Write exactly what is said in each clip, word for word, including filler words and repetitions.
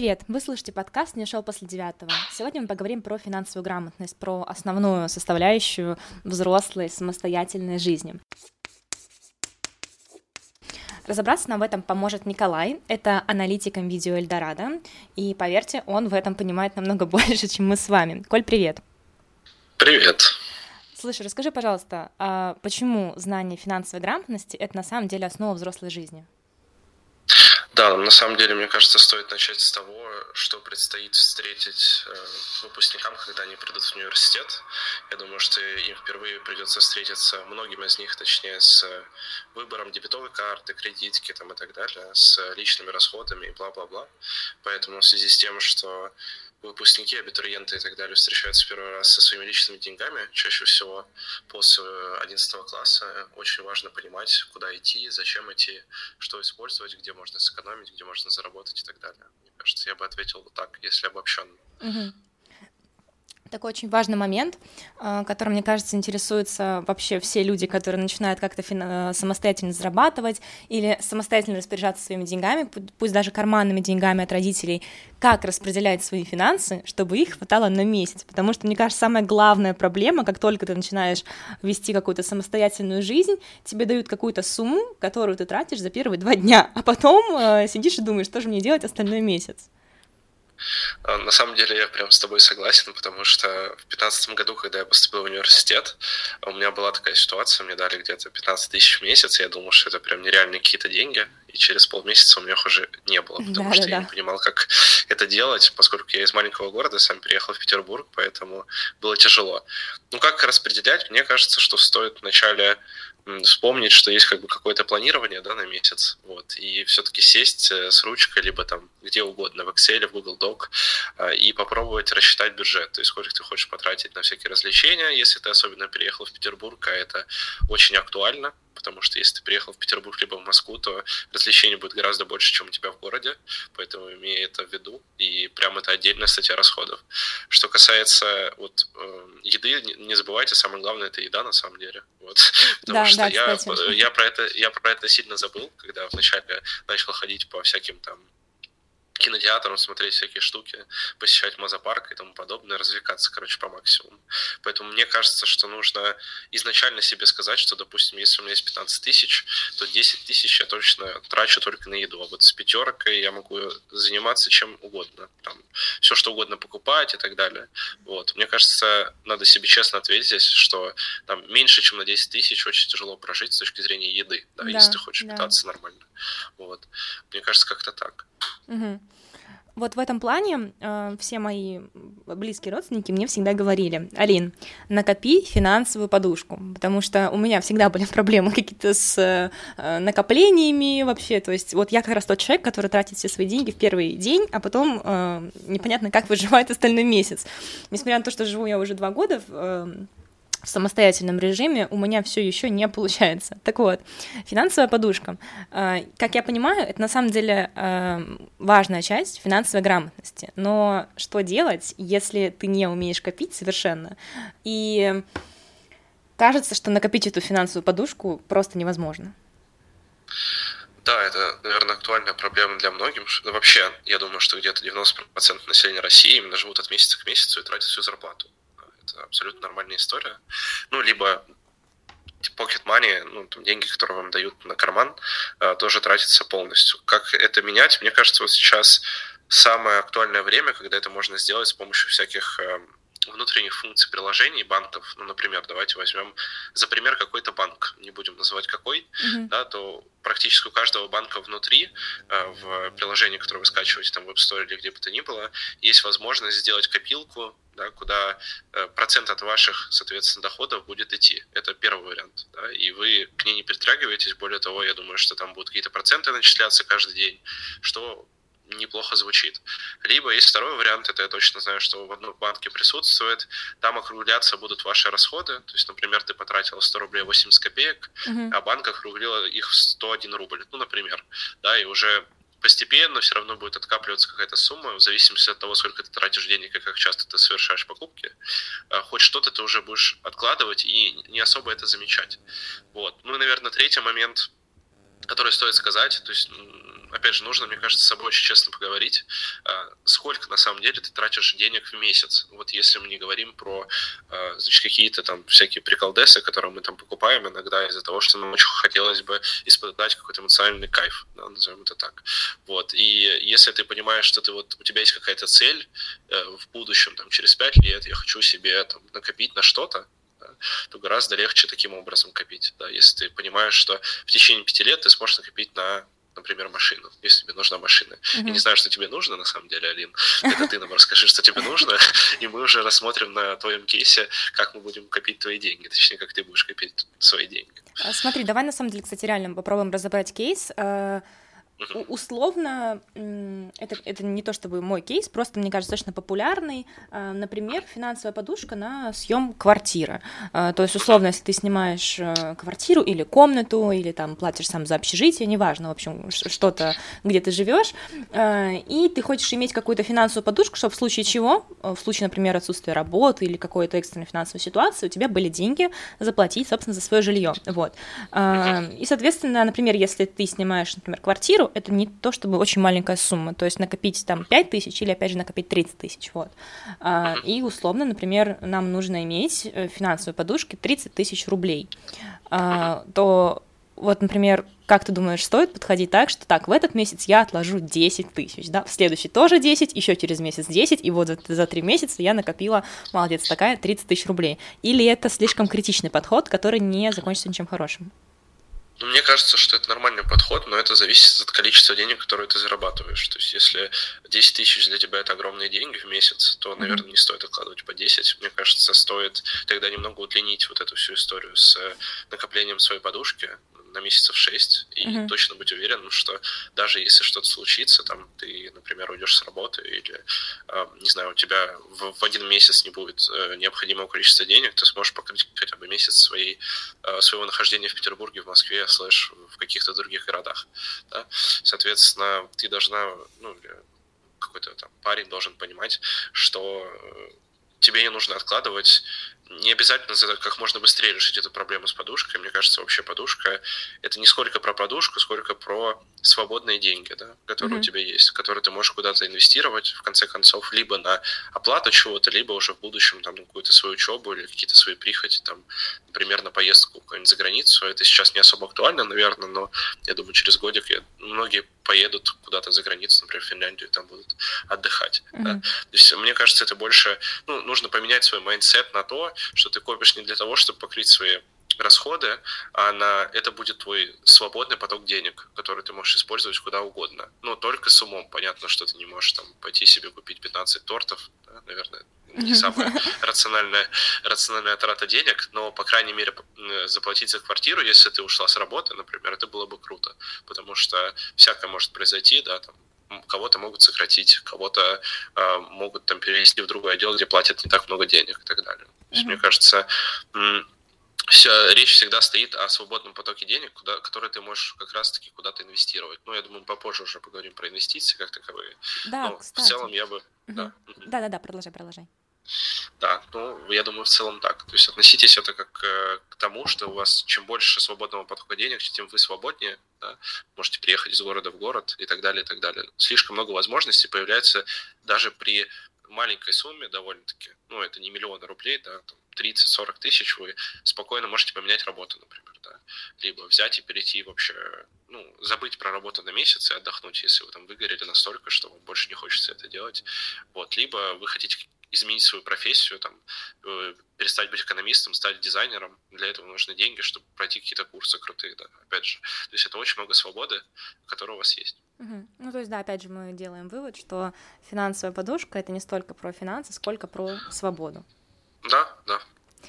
Привет! Вы слушаете подкаст «Не ушел после девятого». Сегодня мы поговорим про финансовую грамотность, про основную составляющую взрослой самостоятельной жизни. Разобраться нам в этом поможет Николай, это аналитик видео Эльдорадо, и, поверьте, он в этом понимает намного больше, чем мы с вами. Коль, привет! Привет! Слушай, расскажи, пожалуйста, а почему знание финансовой грамотности — это на самом деле основа взрослой жизни? Да, на самом деле, мне кажется, стоит начать с того, что предстоит встретить э, выпускникам, когда они придут в университет. Я думаю, что им впервые придется встретиться, многим из них, точнее, с выбором дебетовой карты, кредитки там, и так далее, с личными расходами и бла-бла-бла. Поэтому в связи с тем, что выпускники, абитуриенты и так далее встречаются в первый раз со своими личными деньгами, чаще всего после одиннадцатого класса, очень важно понимать, куда идти, зачем идти, что использовать, где можно сэкономить, где можно заработать и так далее. Мне кажется, я бы ответил вот так, если обобщенно. Угу. Такой очень важный момент, которым, мне кажется, интересуются вообще все люди, которые начинают как-то фин- самостоятельно зарабатывать или самостоятельно распоряжаться своими деньгами, пусть даже карманными деньгами от родителей, как распределять свои финансы, чтобы их хватало на месяц. Потому что, мне кажется, самая главная проблема, как только ты начинаешь вести какую-то самостоятельную жизнь, тебе дают какую-то сумму, которую ты тратишь за первые два дня, а потом э, сидишь и думаешь, что же мне делать остальной месяц. На самом деле я прям с тобой согласен, потому что в две тысячи пятнадцатом году, когда я поступил в университет, у меня была такая ситуация, мне дали где-то пятнадцать тысяч в месяц, и я думал, что это прям нереальные какие-то деньги, и через полмесяца у меня их уже не было, потому да, что да, я да. не понимал, как это делать, поскольку я из маленького города, сам переехал в Петербург, поэтому было тяжело. Ну, как распределять? Мне кажется, что стоит вначале вспомнить, что есть как бы какое-то планирование, да, на месяц, вот, и все-таки сесть с ручкой, либо там где угодно, в Excel, в Google Doc, и попробовать рассчитать бюджет, то есть сколько ты хочешь потратить на всякие развлечения, если ты особенно переехал в Петербург, а это очень актуально, потому что если ты приехал в Петербург либо в Москву, то развлечений будет гораздо больше, чем у тебя в городе, поэтому имей это в виду, и прям это отдельная статья расходов. Что касается вот э, еды, не забывайте, самое главное — это еда на самом деле, вот, потому да, что да, я, кстати. я, про это, я про это сильно забыл, когда вначале начал ходить по всяким там кинотеатрам, смотреть всякие штуки, посещать мозапарк и тому подобное, развлекаться, короче, по максимуму. Поэтому мне кажется, что нужно изначально себе сказать, что, допустим, если у меня есть пятнадцать тысяч, то десять тысяч я точно трачу только на еду. А вот с пятеркой я могу заниматься чем угодно. Там, все, что угодно покупать и так далее. Вот. Мне кажется, надо себе честно ответить, что там, меньше, чем на десять тысяч очень тяжело прожить с точки зрения еды, да, да, если ты хочешь да. питаться нормально. Вот. Мне кажется, как-то так. Угу. Вот в этом плане э, все мои близкие родственники мне всегда говорили: Алин, накопи финансовую подушку, потому что у меня всегда были проблемы какие-то с э, накоплениями вообще, то есть вот я как раз тот человек, который тратит все свои деньги в первый день, а потом э, непонятно, как выживает остальной месяц. Несмотря на то, что живу я уже два года в э, в самостоятельном режиме, у меня все еще не получается. Так вот, финансовая подушка. Как я понимаю, это на самом деле важная часть финансовой грамотности. Но что делать, если ты не умеешь копить совершенно? И кажется, что накопить эту финансовую подушку просто невозможно. Да, это, наверное, актуальная проблема для многих. Вообще, я думаю, что где-то девяносто процентов населения России именно живут от месяца к месяцу и тратят всю зарплату. Это абсолютно нормальная история. Ну, либо pocket money, ну, там, деньги, которые вам дают на карман, тоже тратятся полностью. Как это менять? Мне кажется, вот сейчас самое актуальное время, когда это можно сделать с помощью всяких внутренних функций приложений банков. Ну, например, давайте возьмем за пример какой-то банк, не будем называть какой, mm-hmm. да, то практически у каждого банка внутри в приложении, которое вы скачиваете там в App Store или где бы то ни было, есть возможность сделать копилку, да, куда процент от ваших, соответственно, доходов будет идти. Это первый вариант. Да, и вы к ней не притрагиваетесь. Более того, я думаю, что там будут какие-то проценты начисляться каждый день, что неплохо звучит. Либо есть второй вариант, это я точно знаю, что в одном банке присутствует, там округляться будут ваши расходы, то есть, например, ты потратил сто рублей восемьдесят копеек, uh-huh. а банк округлил их в сто один рубль, ну, например, да, и уже постепенно все равно будет откапливаться какая-то сумма, в зависимости от того, сколько ты тратишь денег и как часто ты совершаешь покупки, хоть что-то ты уже будешь откладывать и не особо это замечать. Вот. Ну и, наверное, третий момент, который стоит сказать, то есть опять же, нужно, мне кажется, с собой очень честно поговорить, сколько на самом деле ты тратишь денег в месяц. Вот если мы не говорим про, значит, какие-то там всякие приколдесы, которые мы там покупаем иногда из-за того, что нам очень хотелось бы испытать какой-то эмоциональный кайф, да, назовем это так. Вот. И если ты понимаешь, что ты вот, у тебя есть какая-то цель в будущем, там, через пять лет я хочу себе там, накопить на что-то, то гораздо легче таким образом копить. Да? Если ты понимаешь, что в течение пяти лет ты сможешь накопить на, например, машину, если тебе нужна машина. Mm-hmm. Я не знаю, что тебе нужно, на самом деле, Алин. Это ты нам расскажи, что тебе нужно, и мы уже рассмотрим на твоем кейсе, как мы будем копить твои деньги, точнее, как ты будешь копить свои деньги. Смотри, давай, на самом деле, кстати, реально попробуем разобрать кейс. Uh-huh. Условно, это, это не то чтобы мой кейс, просто, мне кажется, достаточно популярный. Например, финансовая подушка на съем квартиры. То есть, условно, если ты снимаешь квартиру или комнату, или там платишь сам за общежитие, неважно, в общем, что-то, где ты живешь, и ты хочешь иметь какую-то финансовую подушку, чтобы в случае чего, в случае, например, отсутствия работы или какой-то экстренной финансовой ситуации, у тебя были деньги заплатить, собственно, за свое жилье. Вот. И, соответственно, например, если ты снимаешь, например, квартиру, это не то чтобы очень маленькая сумма, то есть накопить там пять тысяч или, опять же, накопить тридцать тысяч, вот. И, условно, например, нам нужно иметь финансовые подушки тридцать тысяч рублей, то вот, например, как ты думаешь, стоит подходить так, что так, в этот месяц я отложу десять тысяч, да, в следующий тоже десять, еще через месяц десять, и вот за, за три месяца я накопила, молодец, такая, тридцать тысяч рублей. Или это слишком критичный подход, который не закончится ничем хорошим? Ну, мне кажется, что это нормальный подход, но это зависит от количества денег, которые ты зарабатываешь. То есть, если десять тысяч для тебя это огромные деньги в месяц, то, наверное, не стоит откладывать по десять. Мне кажется, стоит тогда немного удлинить вот эту всю историю с накоплением своей подушки на месяцев шесть, и uh-huh. точно быть уверенным, что даже если что-то случится, там ты, например, уйдешь с работы, или, э, не знаю, у тебя в, в один месяц не будет э, необходимого количества денег, ты сможешь покрыть хотя бы месяц своей, э, своего нахождения в Петербурге, в Москве, слэш в каких-то других городах. Да? Соответственно, ты должна, ну, какой-то там парень должен понимать, что тебе не нужно откладывать. Не обязательно как можно быстрее решить эту проблему с подушкой. Мне кажется, вообще подушка – это не сколько про подушку, сколько про свободные деньги, да, которые mm-hmm. у тебя есть, которые ты можешь куда-то инвестировать, в конце концов, либо на оплату чего-то, либо уже в будущем там, на какую-то свою учебу или какие-то свои прихоти, там, например, на поездку куда-нибудь за границу. Это сейчас не особо актуально, наверное, но я думаю, через годик я, многие поедут куда-то за границу, например, в Финляндию, и там будут отдыхать. Mm-hmm. Да? То есть, мне кажется, это больше, ну, нужно поменять свой майндсет на то, что ты копишь не для того, чтобы покрыть свои расходы, а на это будет твой свободный поток денег, который ты можешь использовать куда угодно. Но только с умом. Понятно, что ты не можешь там пойти себе купить пятнадцать тортов, да, наверное, не самая рациональная, рациональная трата денег, но, по крайней мере, заплатить за квартиру, если ты ушла с работы, например, это было бы круто, потому что всякое может произойти, да, там, кого-то могут сократить, кого-то э, могут там перевести в другой отдел, где платят не так много денег и так далее. То есть, mm-hmm. мне кажется, м- вся, речь всегда стоит о свободном потоке денег, куда, который ты можешь как раз-таки куда-то инвестировать. Ну, я думаю, попозже уже поговорим про инвестиции как таковые. Да, но кстати. В целом я бы... Mm-hmm. Да. Да-да-да, продолжай, продолжай. Да, ну, я думаю, в целом так. То есть относитесь это как э, к тому, что у вас чем больше свободного потока денег, тем вы свободнее, да? Можете переехать из города в город и так далее, и так далее. Слишком много возможностей появляется даже при маленькой сумме довольно-таки. Ну, это не миллионы рублей, да, там тридцать-сорок тысяч, вы спокойно можете поменять работу, например, да. Либо взять и перейти вообще, ну, забыть про работу на месяц и отдохнуть, если вы там выгорели настолько, что вам больше не хочется это делать. Вот. Либо вы хотите изменить свою профессию, там, перестать быть экономистом, стать дизайнером. Для этого нужны деньги, чтобы пройти какие-то курсы крутые, да, опять же. То есть это очень много свободы, которая у вас есть. Угу. Ну, то есть, да, опять же, мы делаем вывод, что финансовая подушка — это не столько про финансы, сколько про свободу. Да, да.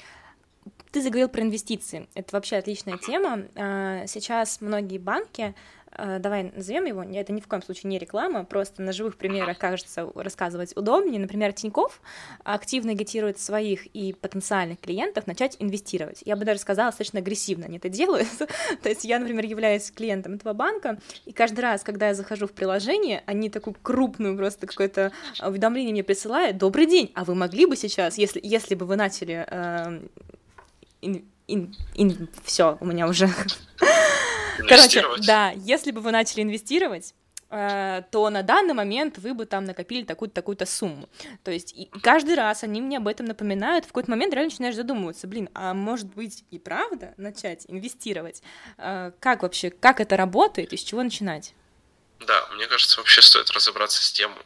Ты заговорил про инвестиции. Это вообще отличная тема. Сейчас многие банки, давай назовем его, это ни в коем случае не реклама, просто на живых примерах, кажется, рассказывать удобнее. Например, Тинькофф активно агитирует своих и потенциальных клиентов начать инвестировать. Я бы даже сказала, достаточно агрессивно они это делают. То есть я, например, являюсь клиентом этого банка, и каждый раз, когда я захожу в приложение, они такую крупную просто какое-то уведомление мне присылают: «Добрый день, а вы могли бы сейчас, если, если бы вы начали...» э, ин, ин, ин, все, у меня уже... Короче, да, если бы вы начали инвестировать, то на данный момент вы бы там накопили такую-то, такую-то сумму. То есть и каждый раз они мне об этом напоминают, в какой-то момент реально начинаешь задумываться, блин, а может быть и правда начать инвестировать? Как вообще, как это работает и с чего начинать? Да, мне кажется, вообще стоит разобраться с тем,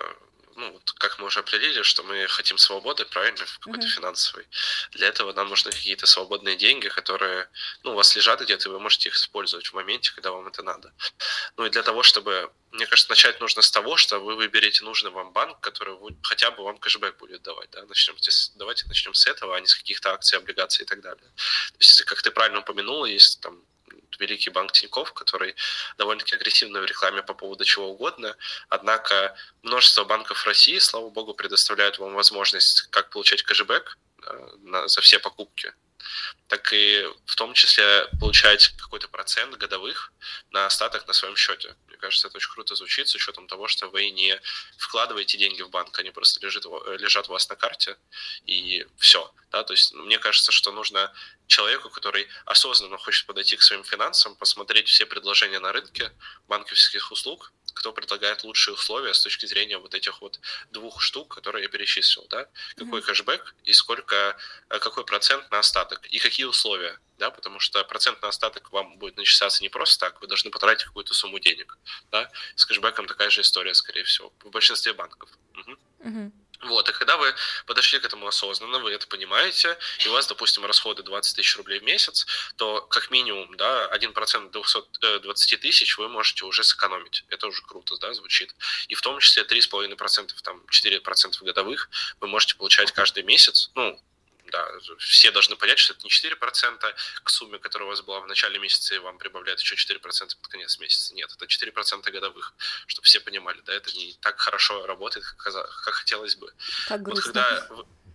ну, вот как мы уже определили, что мы хотим свободы, правильно, какой-то uh-huh. финансовой. Для этого нам нужны какие-то свободные деньги, которые, ну, у вас лежат где-то, и вы можете их использовать в моменте, когда вам это надо. Ну, и для того, чтобы, мне кажется, начать нужно с того, что вы выберете нужный вам банк, который хотя бы вам кэшбэк будет давать, да, начнем здесь, давайте начнем с этого, а не с каких-то акций, облигаций и так далее. То есть, как ты правильно упомянула, есть там великий банк Тинькофф, который довольно-таки агрессивно в рекламе по поводу чего угодно, однако множество банков России, слава богу, предоставляют вам возможность как получать кэшбэк на, за все покупки, так и в том числе получать какой-то процент годовых на остаток на своем счете. Мне кажется, это очень круто звучит с учетом того, что вы не вкладываете деньги в банк, они просто лежат, лежат у вас на карте, и все. Да? То есть мне кажется, что нужно человеку, который осознанно хочет подойти к своим финансам, посмотреть все предложения на рынке банковских услуг, кто предлагает лучшие условия с точки зрения вот этих вот двух штук, которые я перечислил, да, какой mm-hmm. кэшбэк и сколько, какой процент на остаток и какие условия, да, потому что процент на остаток вам будет начисляться не просто так, вы должны потратить какую-то сумму денег, да, с кэшбэком такая же история, скорее всего, в большинстве банков. Угу. Mm-hmm. Вот, и когда вы подошли к этому осознанно, вы это понимаете, и у вас, допустим, расходы двадцать тысяч рублей в месяц, то как минимум, да, один процент двести двадцать тысяч вы можете уже сэкономить. Это уже круто, да, звучит. И в том числе три с половиной процента, там, четыре процента годовых вы можете получать каждый месяц, ну, да, все должны понять, что это не четыре процента к сумме, которая у вас была в начале месяца, и вам прибавляют еще четыре процента под конец месяца. Нет, это четыре процента годовых, чтобы все понимали, да, это не так хорошо работает, как, как хотелось бы. Как грустно. Вот когда...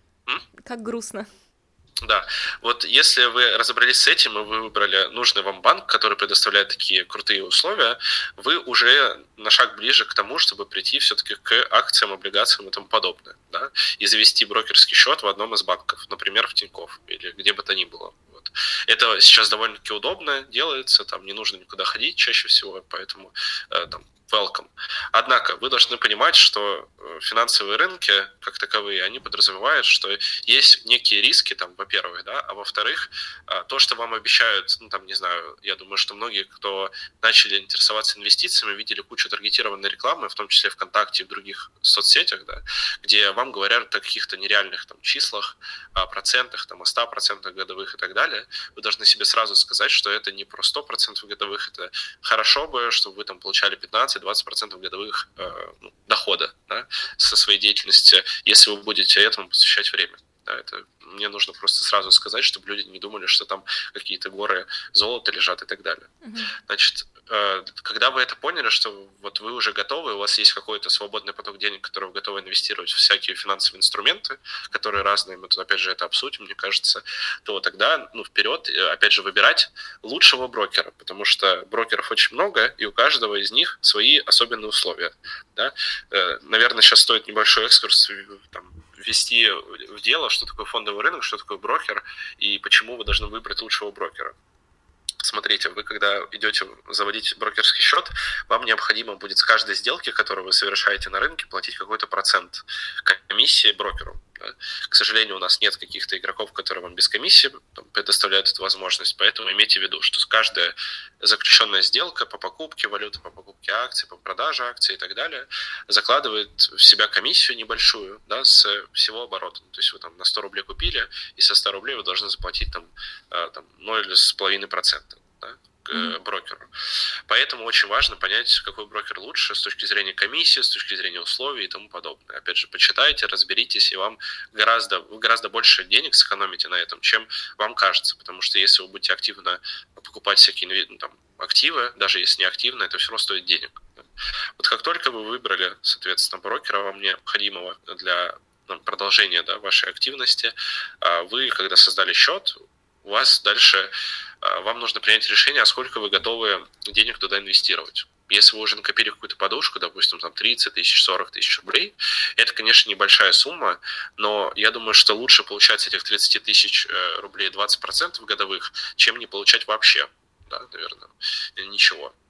Как грустно. Да, вот если вы разобрались с этим, и вы выбрали нужный вам банк, который предоставляет такие крутые условия, вы уже на шаг ближе к тому, чтобы прийти все-таки к акциям, облигациям и тому подобное, да, и завести брокерский счет в одном из банков, например, в Тинькофф или где бы то ни было. Вот. Это сейчас довольно-таки удобно делается, там не нужно никуда ходить чаще всего, поэтому э, там welcome. Однако вы должны понимать, что финансовые рынки, как таковые, они подразумевают, что есть некие риски, там, во-первых, да, а во-вторых, то, что вам обещают, ну, там, не знаю, я думаю, что многие, кто начали интересоваться инвестициями, видели кучу таргетированной рекламы, в том числе ВКонтакте и в других соцсетях, да, где вам говорят о каких-то нереальных там числах, о процентах, там, о ста процентах годовых и так далее. Вы должны себе сразу сказать, что это не про сто процентов годовых, это хорошо бы, чтобы вы там получали пятнадцать-двадцать процентов годовых э, ну, дохода, да, со своей деятельности, если вы будете этому посвящать время. Да, это мне нужно просто сразу сказать, чтобы люди не думали, что там какие-то горы золота лежат и так далее. Uh-huh. Значит, э, когда вы это поняли, что вот вы уже готовы, у вас есть какой-то свободный поток денег, который вы готовы инвестировать в всякие финансовые инструменты, которые разные, мы тут опять же это обсудим, мне кажется, то тогда, ну, вперед, опять же, выбирать лучшего брокера, потому что брокеров очень много, и у каждого из них свои особенные условия. Да? Э, наверное, сейчас стоит небольшой экскурс там, ввести в дело, что такое фондовый рынок, что такое брокер и почему вы должны выбрать лучшего брокера. Смотрите, вы когда идете заводить брокерский счет, вам необходимо будет с каждой сделки, которую вы совершаете на рынке, платить какой-то процент комиссии брокеру. Да? К сожалению, у нас нет каких-то игроков, которые вам без комиссии там, предоставляют эту возможность, поэтому имейте в виду, что каждая заключенная сделка по покупке валюты, по покупке акций, по продаже акций и так далее закладывает в себя комиссию небольшую, да, с всего оборота. То есть вы там на сто рублей купили, и со ста рублей вы должны заплатить там, там ноль целых пять десятых процента. Да, к mm-hmm. брокеру. Поэтому очень важно понять, какой брокер лучше с точки зрения комиссии, с точки зрения условий и тому подобное. Опять же, почитайте, разберитесь, и вам гораздо, вы гораздо больше денег сэкономите на этом, чем вам кажется. Потому что если вы будете активно покупать всякие ну, там, активы, даже если не активно, это все равно стоит денег. Вот как только вы выбрали, соответственно, брокера вам необходимого для ну, продолжения да, вашей активности, вы, когда создали счет, у вас дальше вам нужно принять решение, а сколько вы готовы денег туда инвестировать. Если вы уже накопили какую-то подушку, допустим, там тридцать тысяч, сорок тысяч рублей, это, конечно, небольшая сумма, но я думаю, что лучше получать с этих тридцать тысяч рублей двадцать процентов годовых, чем не получать вообще, да, наверное, ничего.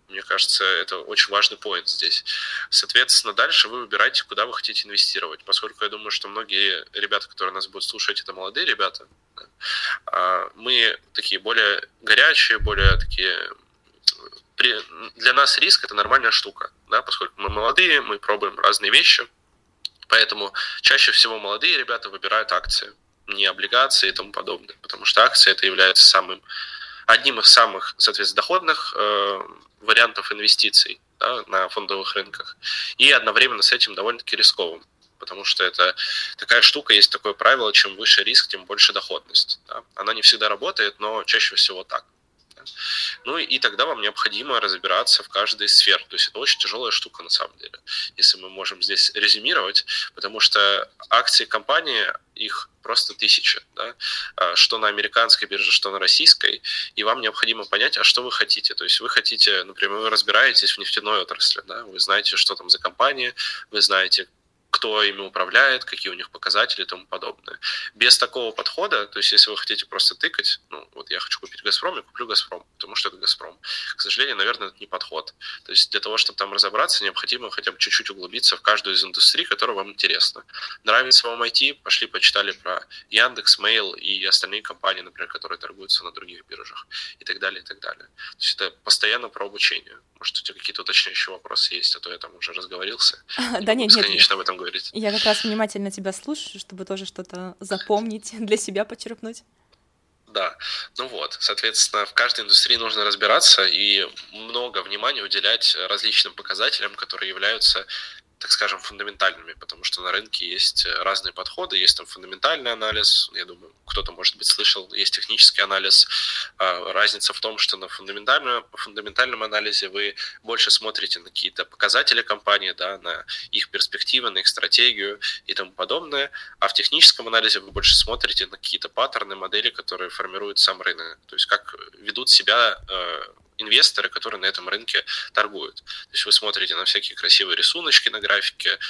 Мне кажется, это очень важный поинт здесь. Соответственно, дальше вы выбираете, куда вы хотите инвестировать. Поскольку я думаю, что многие ребята, которые нас будут слушать, это молодые ребята. Мы такие более горячие, более такие... Для нас риск – это нормальная штука, да, поскольку мы молодые, мы пробуем разные вещи. Поэтому чаще всего молодые ребята выбирают акции, не облигации и тому подобное. Потому что акции – это является самым, одним из самых, соответственно, доходных э, вариантов инвестиций, да, на фондовых рынках. И одновременно с этим довольно-таки рисковым. Потому что это такая штука, есть такое правило, чем выше риск, тем больше доходность. Да. Она не всегда работает, но чаще всего так. Ну и тогда вам необходимо разбираться в каждой из сфер. То есть это очень тяжелая штука на самом деле, если мы можем здесь резюмировать, потому что акции компании, их просто тысячи, да? Что на американской бирже, что на российской, и вам необходимо понять, а что вы хотите. То есть вы хотите, например, вы разбираетесь в нефтяной отрасли, да? Вы знаете, что там за компания, вы знаете, кто ими управляет, какие у них показатели и тому подобное. Без такого подхода, то есть если вы хотите просто тыкать, ну вот я хочу купить «Газпром», я куплю «Газпром», потому что это «Газпром». К сожалению, наверное, это не подход. То есть для того, чтобы там разобраться, необходимо хотя бы чуть-чуть углубиться в каждую из индустрий, которая вам интересна. Нравится вам ай ти, пошли почитали про Яндекс, Mail и остальные компании, например, которые торгуются на других биржах и так далее, и так далее. То есть это постоянно про обучение. Может, у тебя какие-то уточняющие вопросы есть, а то я там уже разговорился. Да нет, нет. Конечно, об этом говорить. Я как раз внимательно тебя слушаю, чтобы тоже что-то запомнить, для себя почерпнуть. Да, ну вот, соответственно, в каждой индустрии нужно разбираться и много внимания уделять различным показателям, которые являются, так скажем, фундаментальными, потому что на рынке есть разные подходы, есть там фундаментальный анализ, я думаю, кто-то, может быть, слышал, есть технический анализ. Разница в том, что на фундаментальном, фундаментальном анализе вы больше смотрите на какие-то показатели компании, да, на их перспективы, на их стратегию и тому подобное, а в техническом анализе вы больше смотрите на какие-то паттерны, модели, которые формирует сам рынок, то есть как ведут себя инвесторы, которые на этом рынке торгуют. То есть вы смотрите на всякие красивые рисуночки на графике,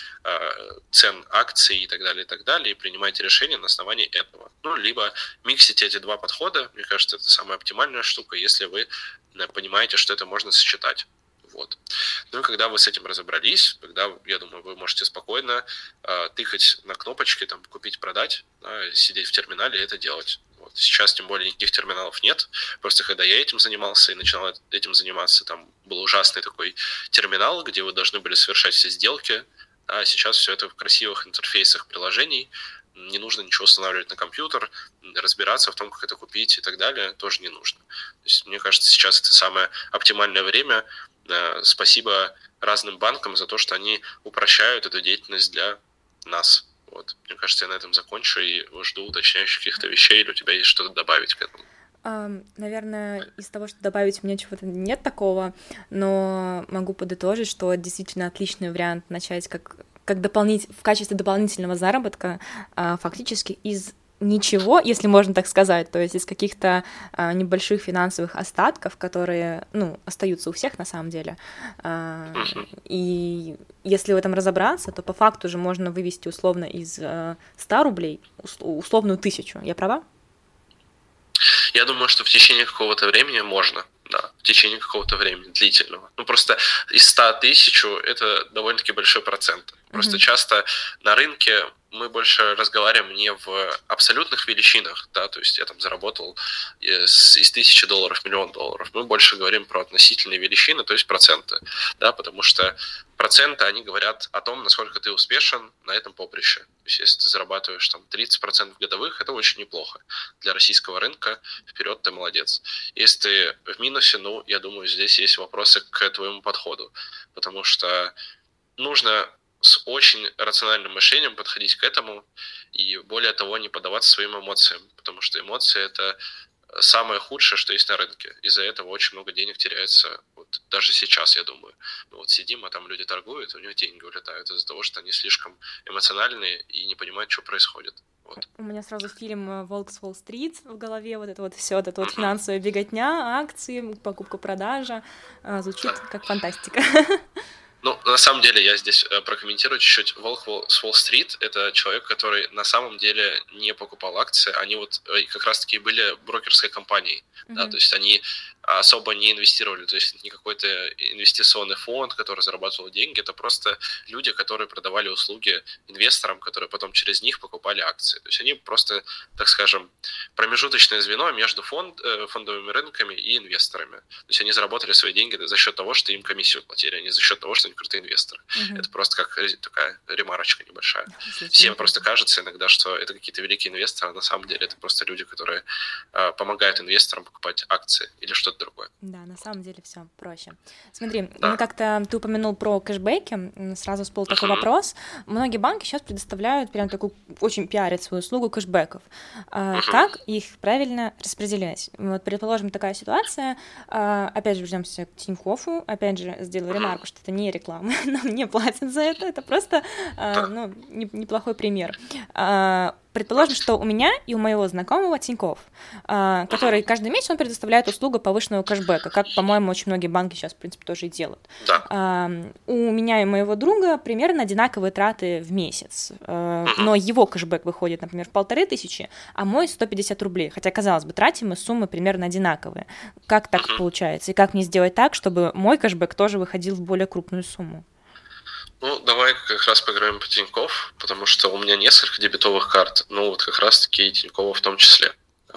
цен акций и так далее, и так далее, и принимаете решение на основании этого. Ну, либо миксите эти два подхода, мне кажется, это самая оптимальная штука, если вы понимаете, что это можно сочетать. Вот. Ну и когда вы с этим разобрались, тогда, я думаю, вы можете спокойно э, тыкать на кнопочки, там, купить-продать, да, сидеть в терминале и это делать. Вот. Сейчас, тем более, никаких терминалов нет. Просто когда я этим занимался и начинал этим заниматься, там был ужасный такой терминал, где вы должны были совершать все сделки. А сейчас все это в красивых интерфейсах приложений. Не нужно ничего устанавливать на компьютер, разбираться в том, как это купить и так далее, тоже не нужно. То есть, мне кажется, сейчас это самое оптимальное время. Спасибо разным банкам за то, что они упрощают эту деятельность для нас. Вот. Мне кажется, я на этом закончу и жду уточняющих каких-то вещей, или у тебя есть что-то добавить к этому? Um, наверное, из того, что добавить, у меня чего-то нет такого, но могу подытожить, что действительно отличный вариант начать как, как дополнить, в качестве дополнительного заработка uh, фактически из ничего, если можно так сказать, то есть из каких-то а, небольших финансовых остатков, которые, ну, остаются у всех на самом деле, а, и если в этом разобраться, то по факту же можно вывести условно из а, ста рублей условную тысячу, я права? Я думаю, что в течение какого-то времени можно, да, в течение какого-то времени длительного. Ну, просто из ста тысяч это довольно-таки большой процент. Просто mm-hmm. часто на рынке мы больше разговариваем не в абсолютных величинах, да, то есть я там заработал из, из тысячи долларов миллион долларов. Мы больше говорим про относительные величины, то есть проценты, да, потому что проценты, они говорят о том, насколько ты успешен на этом поприще. То есть если ты зарабатываешь там тридцать процентов годовых, это очень неплохо. Для российского рынка вперед, ты молодец. Если ты в минусе, ну, я думаю, здесь есть вопросы к твоему подходу, потому что нужно с очень рациональным мышлением подходить к этому и, более того, не поддаваться своим эмоциям, потому что эмоции – это самое худшее, что есть на рынке. Из-за этого очень много денег теряется, вот даже сейчас, я думаю. Мы вот сидим, а там люди торгуют, у них деньги улетают из-за того, что они слишком эмоциональные и не понимают, что происходит. Вот. У меня сразу фильм «Волк с Уолл-стрит» в голове, вот это вот все, вот это вот финансовая беготня, акции, покупка-продажа, звучит как фантастика. Ну, на самом деле, я здесь прокомментирую чуть-чуть. Волк с Уолл-стрит – это человек, который на самом деле не покупал акции. Они вот как раз-таки были брокерской компанией. Mm-hmm. Да, то есть они особо не инвестировали, то есть не какой-то инвестиционный фонд, который зарабатывал деньги, это просто люди, которые продавали услуги инвесторам, которые потом через них покупали акции. То есть они просто, так скажем, промежуточное звено между фонд, фондовыми рынками и инвесторами. То есть они заработали свои деньги за счет того, что им комиссию платили, а не за счет того, что они крутые инвесторы. Угу. Это просто как такая ремарочка небольшая. Слушай, Всем просто кажется иногда, что это какие-то великие инвесторы, а на самом деле это просто люди, которые э, помогают инвесторам покупать акции или что-то другое. Да, на самом деле все проще. Смотри, да. мы как-то, ты упомянул про кэшбэки, сразу всплыл uh-huh. такой вопрос. Многие банки сейчас предоставляют прям такую, очень пиарят свою услугу кэшбэков. Uh-huh. Как их правильно распределять? Вот, предположим, такая ситуация, опять же, вернемся к Тинькову, опять же, сделаю uh-huh. ремарку, что это не реклама, нам не платят за это, это просто uh-huh. ну, неплохой пример. Предположим, что у меня и у моего знакомого Тинькофф, который каждый месяц он предоставляет услугу повышенного кэшбэка, как, по-моему, очень многие банки сейчас, в принципе, тоже и делают. Да. У меня и моего друга примерно одинаковые траты в месяц, но его кэшбэк выходит, например, в полторы тысячи, а мой сто пятьдесят рублей, хотя, казалось бы, тратим мы суммы примерно одинаковые. Как так получается? И как мне сделать так, чтобы мой кэшбэк тоже выходил в более крупную сумму? Ну, давай как раз поговорим про Тинькофф, потому что у меня несколько дебетовых карт, ну вот как раз-таки и Тинькова в том числе.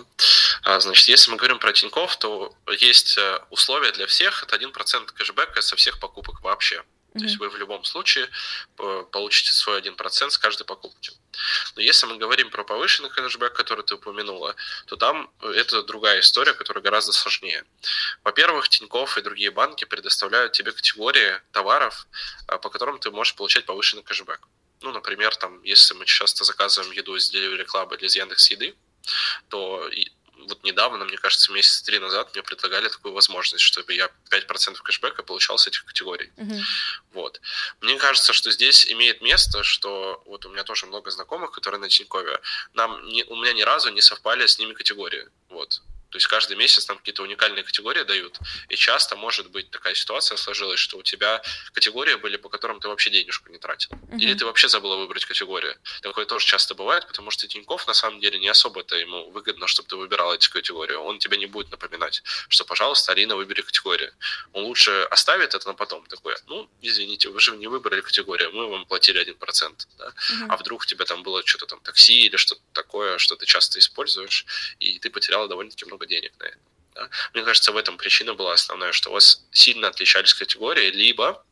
А, значит, если мы говорим про Тинькофф, то есть условия для всех, это один процент кэшбэка со всех покупок вообще. Mm-hmm. То есть вы в любом случае получите свой один процент с каждой покупки. Но если мы говорим про повышенный кэшбэк, который ты упомянула, то там это другая история, которая гораздо сложнее. Во-первых, Тинькофф и другие банки предоставляют тебе категории товаров, по которым ты можешь получать повышенный кэшбэк. Ну, например, там, если мы часто заказываем еду из Delivery Club или из Яндекс.Еды, то вот недавно, мне кажется, месяца три назад мне предлагали такую возможность, чтобы я пять процентов кэшбэка получал с этих категорий. Uh-huh. Вот. Мне кажется, что здесь имеет место, что вот у меня тоже много знакомых, которые на Тинькове, нам не, у меня ни разу не совпали с ними категории. Вот. То есть каждый месяц там какие-то уникальные категории дают, и часто может быть такая ситуация сложилась, что у тебя категории были, по которым ты вообще денежку не тратил. Uh-huh. Или ты вообще забыла выбрать категорию. Такое тоже часто бывает, потому что Тинькофф на самом деле не особо-то ему выгодно, чтобы ты выбирал эти категории. Он тебе не будет напоминать, что, пожалуйста, Алина, выбери категорию. Он лучше оставит это на потом. Такой, ну, извините, вы же не выбрали категорию, мы вам платили один процент. Да? Uh-huh. А вдруг у тебя там было что-то там такси или что-то такое, что ты часто используешь, и ты потеряла довольно-таки много денег на это. Да? Мне кажется, в этом причина была основная, что у вас сильно отличались категории, либо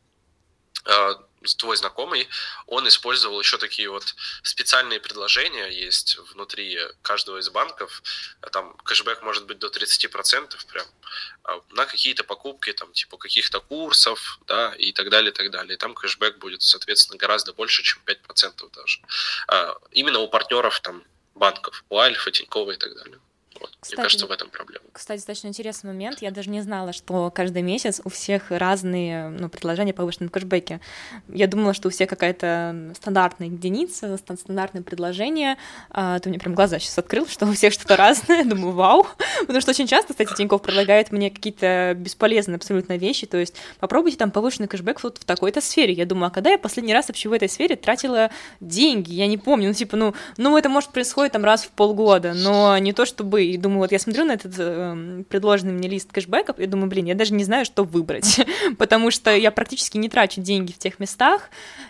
э, твой знакомый, он использовал еще такие вот специальные предложения, есть внутри каждого из банков, там кэшбэк может быть до тридцать процентов прям, на какие-то покупки, там, типа каких-то курсов, да, и так далее, и так далее. И там кэшбэк будет, соответственно, гораздо больше, чем пять процентов даже. А, именно у партнеров там банков, у Альфа, Тинькова и так далее. Вот. Кстати, мне кажется, в этом проблема. Кстати, достаточно интересный момент. Я даже не знала, что каждый месяц у всех разные ну, предложения по повышенном кэшбэке. Я думала, что у всех какая-то стандартная единица, стандартное предложение. А, ты мне прям глаза сейчас открыл, что у всех что-то разное. Думаю, вау. Потому что очень часто, кстати, Тинькофф предлагает мне какие-то бесполезные абсолютно вещи. То есть попробуйте там повышенный кэшбэк вот в такой-то сфере. Я думаю, а когда я последний раз вообще в этой сфере тратила деньги? Я не помню. Ну, типа, ну, ну это может происходить там раз в полгода, но не то чтобы... И думаю, вот я смотрю на этот э, предложенный мне лист кэшбэков, и думаю, блин, я даже не знаю, что выбрать, потому что я практически не трачу деньги в тех местах,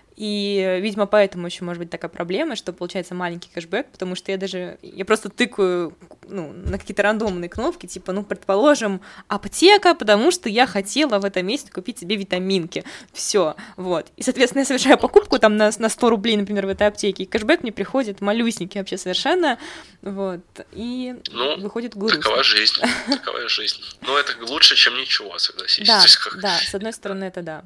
и, видимо, поэтому еще может быть такая проблема, что получается маленький кэшбэк, потому что я даже, я просто тыкаю ну, на какие-то рандомные кнопки, типа, ну, предположим, аптека, потому что я хотела в этом месяце купить себе витаминки, все, вот, и, соответственно, я совершаю покупку там на, на сто рублей, например, в этой аптеке, и кэшбэк мне приходит малюсенький вообще совершенно, вот, и ну, выходит грустно. Такова жизнь, такова жизнь, но это лучше, чем ничего, согласись. Да, да, с одной стороны, это да.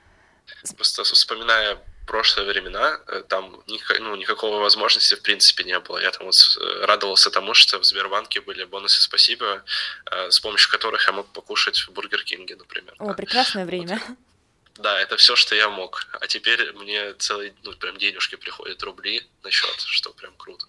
Просто вспоминая прошлые времена, там ну, никакого возможности в принципе не было. Я там вот радовался тому, что в Сбербанке были бонусы «Спасибо», с помощью которых я мог покушать в Бургер Кинге, например. О, да. Прекрасное время. Вот. Да, это все, что я мог. А теперь мне целые, ну, прям денежки приходят, рубли на счет, что прям круто.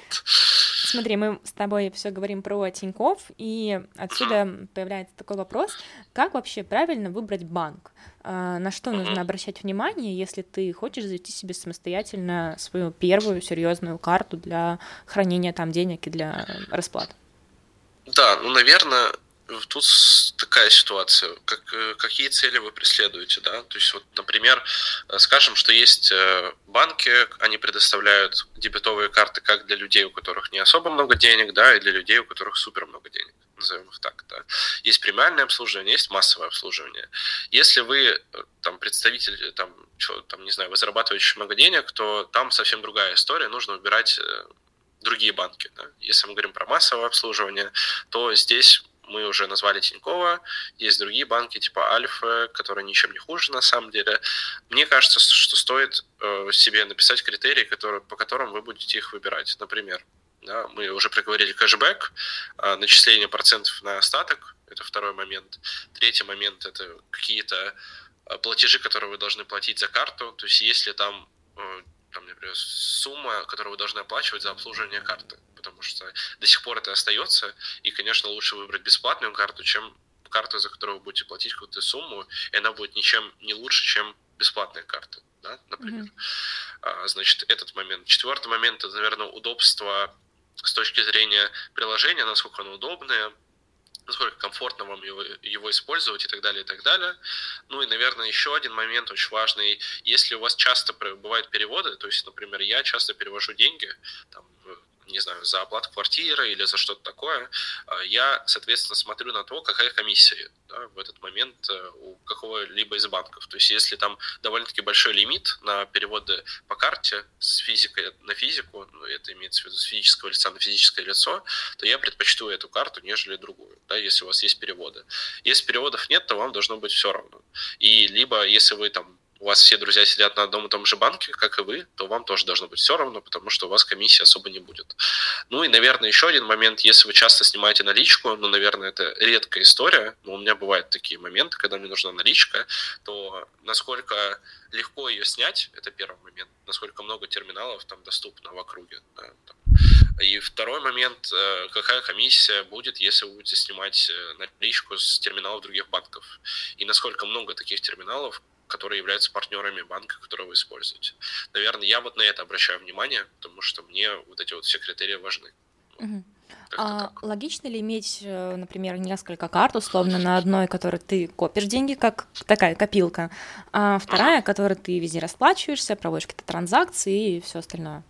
Смотри, мы с тобой все говорим про Тинькофф, и отсюда uh-huh. появляется такой вопрос, как вообще правильно выбрать банк? На что uh-huh. нужно обращать внимание, если ты хочешь завести себе самостоятельно свою первую серьезную карту для хранения там денег и для расплат? Да, ну, наверное, тут такая ситуация, как, какие цели вы преследуете, да, то есть вот, например, скажем, что есть банки, они предоставляют дебетовые карты как для людей, у которых не особо много денег, да, и для людей, у которых супер много денег, назовем их так, да. Есть премиальное обслуживание, есть массовое обслуживание. Если вы там представитель, там, что, там, не знаю, вы зарабатываете много денег, то там совсем другая история, нужно выбирать другие банки, да. Если мы говорим про массовое обслуживание, то здесь мы уже назвали Тинькова, есть другие банки типа Альфа, которые ничем не хуже на самом деле. Мне кажется, что стоит себе написать критерии, которые, по которым вы будете их выбирать. Например, да, мы уже проговорили кэшбэк, начисление процентов на остаток, это второй момент. Третий момент – это какие-то платежи, которые вы должны платить за карту, то есть если там, там, например, сумма, которую вы должны оплачивать за обслуживание карты, потому что до сих пор это остается, и, конечно, лучше выбрать бесплатную карту, чем карту, за которую вы будете платить какую-то сумму, и она будет ничем не лучше, чем бесплатная карта, да, например. Mm-hmm. Значит, этот момент. Четвертый момент – это, наверное, удобство с точки зрения приложения, насколько оно удобное, насколько комфортно вам его, его использовать и так далее, и так далее. Ну и, наверное, еще один момент очень важный. Если у вас часто бывают переводы, то есть, например, я часто перевожу деньги, там, не знаю, за оплату квартиры или за что-то такое, я, соответственно, смотрю на то, какая комиссия, да, в этот момент у какого-либо из банков. То есть если там довольно-таки большой лимит на переводы по карте с физикой на физику, ну, это имеется в виду с физического лица на физическое лицо, то я предпочту эту карту, нежели другую, да, если у вас есть переводы. Если переводов нет, то вам должно быть все равно. И либо, если вы там у вас все друзья сидят на одном и том же банке, как и вы, то вам тоже должно быть все равно, потому что у вас комиссии особо не будет. Ну и, наверное, еще один момент, если вы часто снимаете наличку, ну, наверное, это редкая история, но у меня бывают такие моменты, когда мне нужна наличка, то насколько легко ее снять, это первый момент, насколько много терминалов там доступно в округе. Да, там. И второй момент, какая комиссия будет, если вы будете снимать наличку с терминалов других банков, и насколько много таких терминалов, которые являются партнерами банка, который вы используете. Наверное, я вот на это обращаю внимание, потому что мне вот эти вот все критерии важны. Угу. А логично ли иметь, например, несколько карт, условно, на одной, которой ты копишь деньги, как такая копилка, а вторая, uh-huh. которой ты везде расплачиваешься, проводишь какие-то транзакции и все остальное?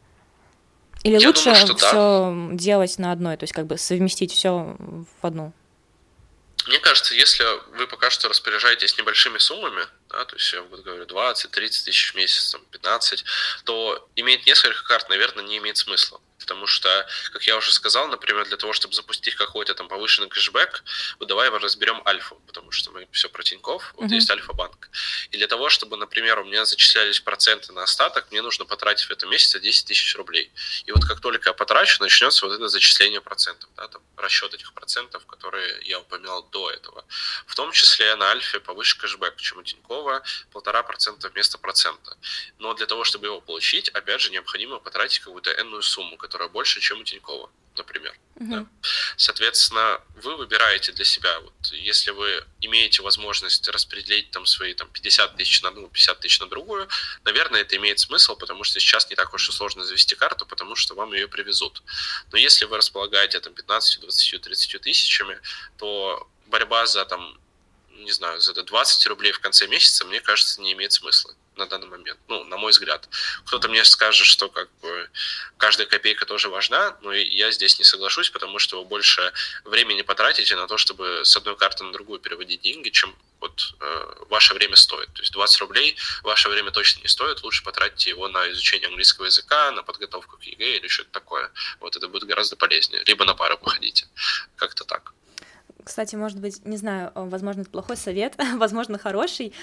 Или я лучше все да. делать на одной, то есть как бы совместить все в одну? Мне кажется, если вы пока что распоряжаетесь небольшими суммами, да, то есть я вот говорю двадцать-тридцать тысяч в месяц, там, пятнадцать, то иметь несколько карт, наверное, не имеет смысла. Потому что, как я уже сказал, например, для того, чтобы запустить какой-то там повышенный кэшбэк, вот давай разберем Альфу, потому что мы все про Тинькофф, вот mm-hmm. есть Альфа-банк. И для того, чтобы, например, у меня зачислялись проценты на остаток, мне нужно потратить в этом месяце десять тысяч рублей. И вот как только я потрачу, начнется вот это зачисление процентов, да, там, расчет этих процентов, которые я упоминал до этого. В том числе на Альфе повыше кэшбэк, чем у Тинькова, полтора процента вместо процента. Но для того, чтобы его получить, опять же, необходимо потратить какую-то энную сумму, которая больше, чем у Тинькова, например. Uh-huh. Да. Соответственно, вы выбираете для себя, вот, если вы имеете возможность распределить там свои там, пятьдесят тысяч на одну, пятьдесят тысяч на другую, наверное, это имеет смысл, потому что сейчас не так уж и сложно завести карту, потому что вам ее привезут. Но если вы располагаете там пятнадцать, двадцать, тридцать тысячами, то борьба за там, не знаю, за двадцать рублей в конце месяца, мне кажется, не имеет смысла на данный момент, ну, на мой взгляд. Кто-то мне скажет, что как бы каждая копейка тоже важна, но я здесь не соглашусь, потому что вы больше времени потратите на то, чтобы с одной карты на другую переводить деньги, чем вот э, ваше время стоит. То есть двадцать рублей ваше время точно не стоит, лучше потратьте его на изучение английского языка, на подготовку к ЕГЭ или что-то такое. Вот это будет гораздо полезнее. Либо на пару походите. Как-то так. Кстати, может быть, не знаю, возможно, это плохой совет, возможно, хороший.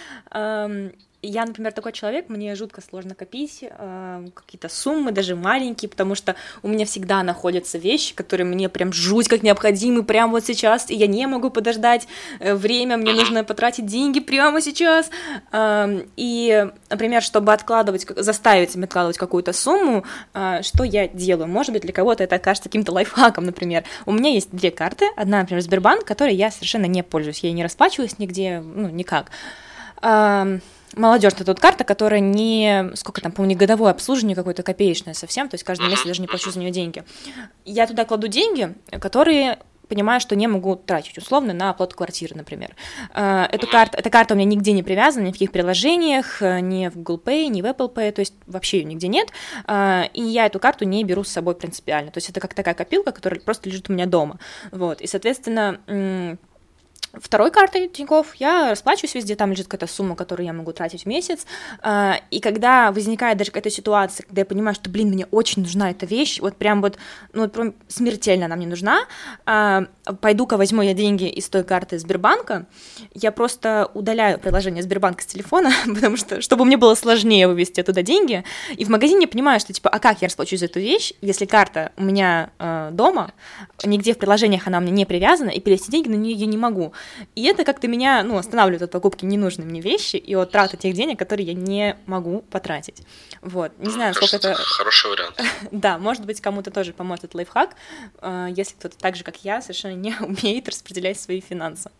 Я, например, такой человек, мне жутко сложно копить э, какие-то суммы, даже маленькие, потому что у меня всегда находятся вещи, которые мне прям жуть как необходимы прямо вот сейчас, и я не могу подождать э, время, мне нужно потратить деньги прямо сейчас. Э, и, например, чтобы откладывать, заставить себя откладывать какую-то сумму, э, что я делаю? Может быть, для кого-то это окажется каким-то лайфхаком, например. У меня есть две карты, одна, например, Сбербанк, которой я совершенно не пользуюсь, я не расплачиваюсь нигде, ну, никак. Э, Молодежная тут карта, которая не, сколько там, помню, годовое обслуживание какое-то копеечное совсем, то есть каждый месяц даже не плачу за нее деньги. Я туда кладу деньги, которые понимаю, что не могу тратить условно на оплату квартиры, например. Эту карту, эта карта у меня нигде не привязана, ни в каких приложениях, ни в Google Pay, ни в Apple Pay, то есть вообще ее нигде нет, и я эту карту не беру с собой принципиально, то есть это как такая копилка, которая просто лежит у меня дома, вот, и, соответственно, второй картой Тинькофф я расплачиваюсь везде, там лежит какая-то сумма, которую я могу тратить в месяц, и когда возникает даже какая-то ситуация, когда я понимаю, что, блин, мне очень нужна эта вещь, вот прям вот, ну вот прям смертельно она мне нужна, пойду-ка возьму я деньги из той карты Сбербанка, я просто удаляю приложение Сбербанка с телефона, потому что, чтобы мне было сложнее вывести оттуда деньги, и в магазине я понимаю, что, типа, а как я расплачусь за эту вещь, если карта у меня э, дома, нигде в приложениях она у меня не привязана, и перевести деньги на нее я не могу. И это как-то меня, ну, останавливает от покупки ненужной мне вещи и от траты тех денег, которые я не могу потратить. Вот, не знаю, Кажется, сколько это... Хороший вариант. Да, может быть, кому-то тоже поможет этот лайфхак, если кто-то так же, как я, совершенно не умеет распределять свои финансы.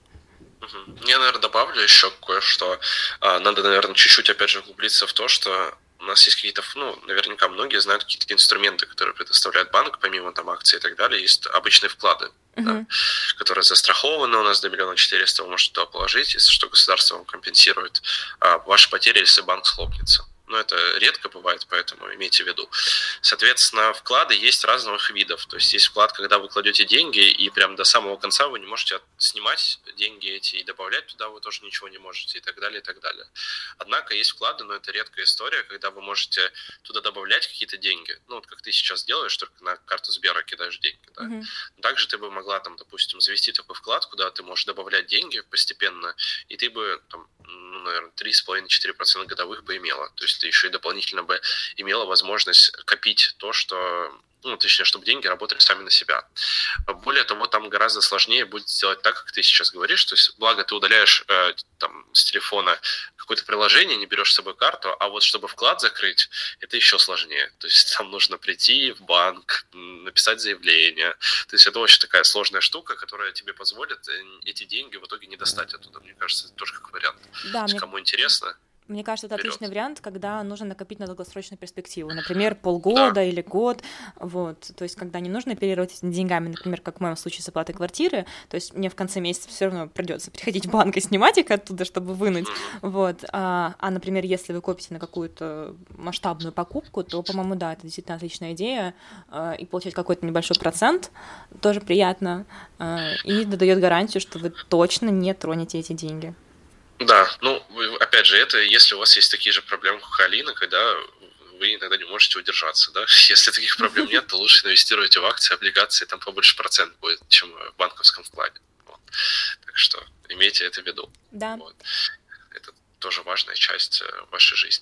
Я, наверное, добавлю еще кое-что. Надо, наверное, чуть-чуть, опять же, углубиться в то, что у нас есть какие-то, ну, наверняка многие знают какие-то инструменты, которые предоставляет банк, помимо там акций и так далее, есть обычные вклады, uh-huh. да, которые застрахованы у нас до миллиона четыреста, вы можете туда положить, если что, государство вам компенсирует а, ваши потери, если банк схлопнется. Но это редко бывает, поэтому имейте в виду. Соответственно, вклады есть разных видов. То есть есть вклад, когда вы кладете деньги, и прям до самого конца вы не можете снимать деньги эти и добавлять туда вы тоже ничего не можете, и так далее, и так далее. Однако есть вклады, но это редкая история, когда вы можете туда добавлять какие-то деньги. Ну, вот как ты сейчас делаешь, только на карту Сбера кидаешь деньги. Да? Mm-hmm. Также ты бы могла, там, допустим, завести такой вклад, куда ты можешь добавлять деньги постепенно, и ты бы, там, ну, наверное, три с половиной - четыре процента годовых бы имела. То есть ты еще и дополнительно бы имела возможность копить то, что, ну, точнее, чтобы деньги работали сами на себя. Более того, там гораздо сложнее будет сделать так, как ты сейчас говоришь, то есть, благо, ты удаляешь э, там, с телефона какое-то приложение, не берешь с собой карту, а вот чтобы вклад закрыть, это еще сложнее. То есть там нужно прийти в банк, написать заявление. То есть это очень такая сложная штука, которая тебе позволит эти деньги в итоге не достать оттуда. Мне кажется, это тоже как вариант. Да, мне... Кому интересно... Мне кажется, это Вперед. Отличный вариант, когда нужно накопить на долгосрочную перспективу, например, полгода да. или год, вот, то есть когда не нужно оперировать этими деньгами, например, как в моем случае с оплатой квартиры, то есть мне в конце месяца все равно придется приходить в банк и снимать их оттуда, чтобы вынуть, вот, а, а, например, если вы копите на какую-то масштабную покупку, то, по-моему, да, это действительно отличная идея, а, и получать какой-то небольшой процент тоже приятно, а, и дает гарантию, что вы точно не тронете эти деньги. Да, ну, опять же, это если у вас есть такие же проблемы, как у Алины, когда вы иногда не можете удержаться, да, если таких проблем нет, то лучше инвестируйте в акции, облигации, там побольше процент будет, чем в банковском вкладе, вот. Так что имейте это в виду. Да. Вот. Это тоже важная часть вашей жизни.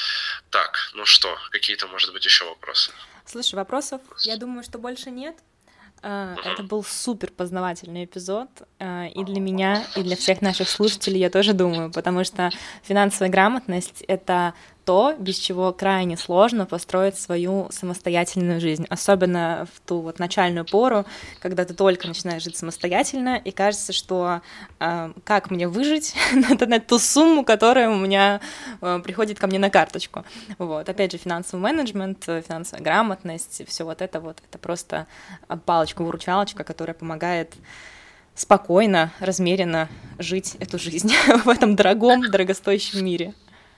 Так, ну что, какие-то, может быть, еще вопросы? Слушай, вопросов, я думаю, что больше нет. Это был супер познавательный эпизод и для меня, и для всех наших слушателей, я тоже думаю, потому что финансовая грамотность — это то, без чего крайне сложно построить свою самостоятельную жизнь, особенно в ту вот начальную пору, когда ты только начинаешь жить самостоятельно, и кажется, что э, как мне выжить на ту сумму, которая у меня э, приходит ко мне на карточку. Вот. Опять же, финансовый менеджмент, финансовая грамотность, все вот это вот, это просто палочка-выручалочка, которая помогает спокойно, размеренно жить эту жизнь в этом дорогом, дорогостоящем мире.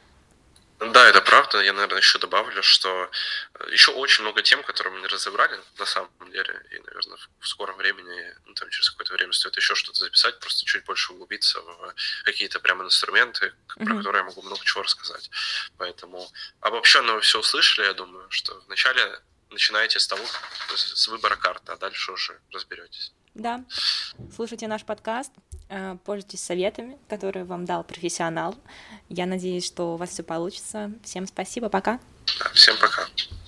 Да, это правда. Я, наверное, еще добавлю, что еще очень много тем, которые мы не разобрали, на самом деле, и, наверное, в скором времени, ну, там, через какое-то время стоит еще что-то записать, просто чуть больше углубиться в какие-то прямо инструменты, mm-hmm. про которые я могу много чего рассказать. Поэтому обобщенно вы все услышали, я думаю, что вначале начинаете с того, с выбора карты, а дальше уже разберетесь. Да, слушайте наш подкаст, пользуйтесь советами, которые вам дал профессионал. Я надеюсь, что у вас все получится. Всем спасибо, пока. Да, всем пока.